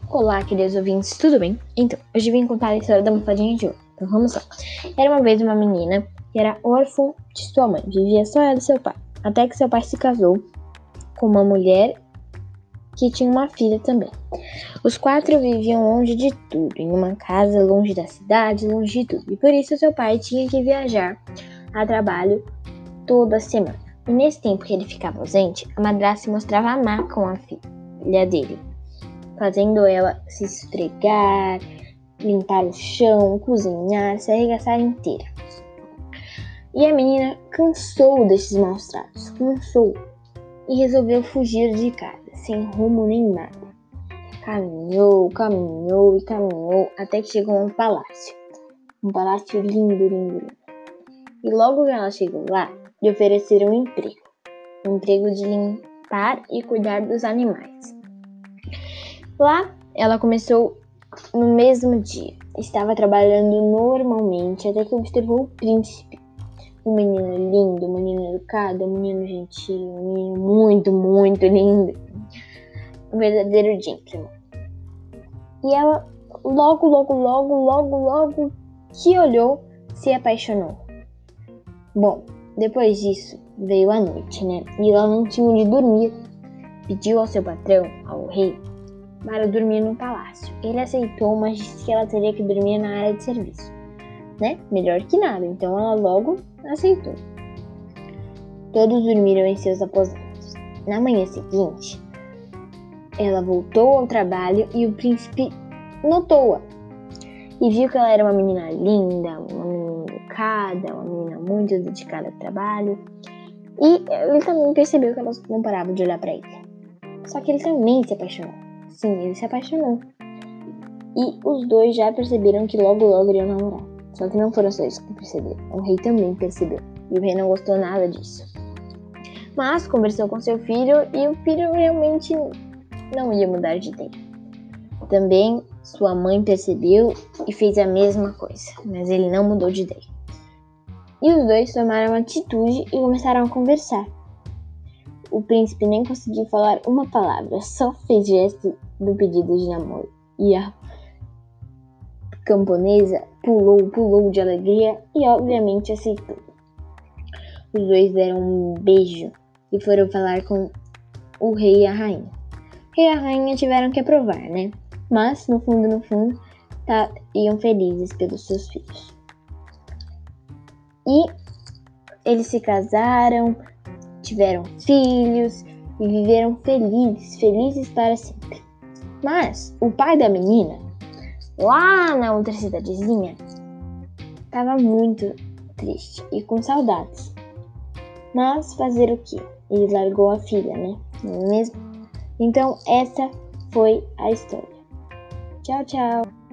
Olá, queridos ouvintes, tudo bem? Então, hoje vim contar a história da Mofadinha de Ouro. Então, vamos lá. Era uma vez uma menina que era órfã de sua mãe, vivia só ela e seu pai, até que seu pai se casou com uma mulher que tinha uma filha também. Os quatro viviam longe de tudo, em uma casa longe da cidade, longe de tudo, e por isso seu pai tinha que viajar a trabalho toda semana. E nesse tempo que ele ficava ausente, a madrasta se mostrava amar com a filha dele, fazendo ela se esfregar, limpar o chão, cozinhar, se arregaçar inteira. E a menina cansou desses maus tratos, e resolveu fugir de casa, sem rumo nem nada. Caminhou até que chegou a um palácio lindo. E logo que ela chegou lá, lhe ofereceram um emprego de limpar e cuidar dos animais. Lá, ela começou no mesmo dia. Estava trabalhando normalmente até que observou o príncipe. Um menino lindo, um menino educado, um menino gentil, um menino muito lindo. Um verdadeiro gentleman. E ela logo que olhou, se apaixonou. Bom, depois disso, veio a noite, né? E ela não tinha onde dormir. Pediu ao seu patrão, ao rei, para dormir no palácio. Ele aceitou, mas disse que ela teria que dormir na área de serviço, né? Melhor que nada, então ela logo aceitou. Todos dormiram em seus aposentos. Na manhã seguinte, ela voltou ao trabalho e o príncipe notou-a e viu que ela era uma menina linda, uma menina educada, uma menina muito dedicada ao trabalho, e ele também percebeu que ela não parava de olhar para ele. Só que ele também se apaixonou. Sim, ele se apaixonou. E os dois já perceberam que logo iriam namorar. Só que não foram só isso que perceberam. O rei também percebeu. E o rei não gostou nada disso. Mas conversou com seu filho e o filho realmente não ia mudar de ideia. Também sua mãe percebeu e fez a mesma coisa. Mas ele não mudou de ideia. E os dois tomaram atitude e começaram a conversar. O príncipe nem conseguiu falar uma palavra, só fez gesto do pedido de namoro. E a camponesa pulou de alegria e obviamente aceitou. Os dois deram um beijo e foram falar com o rei e a rainha. O rei e a rainha tiveram que aprovar, né? Mas, no fundo, iam felizes pelos seus filhos. E eles se casaram, tiveram filhos e viveram felizes para sempre. Mas o pai da menina, lá na outra cidadezinha, estava muito triste e com saudades. Mas fazer o quê? Ele largou a filha, né? Não é mesmo? Então essa foi a história. Tchau.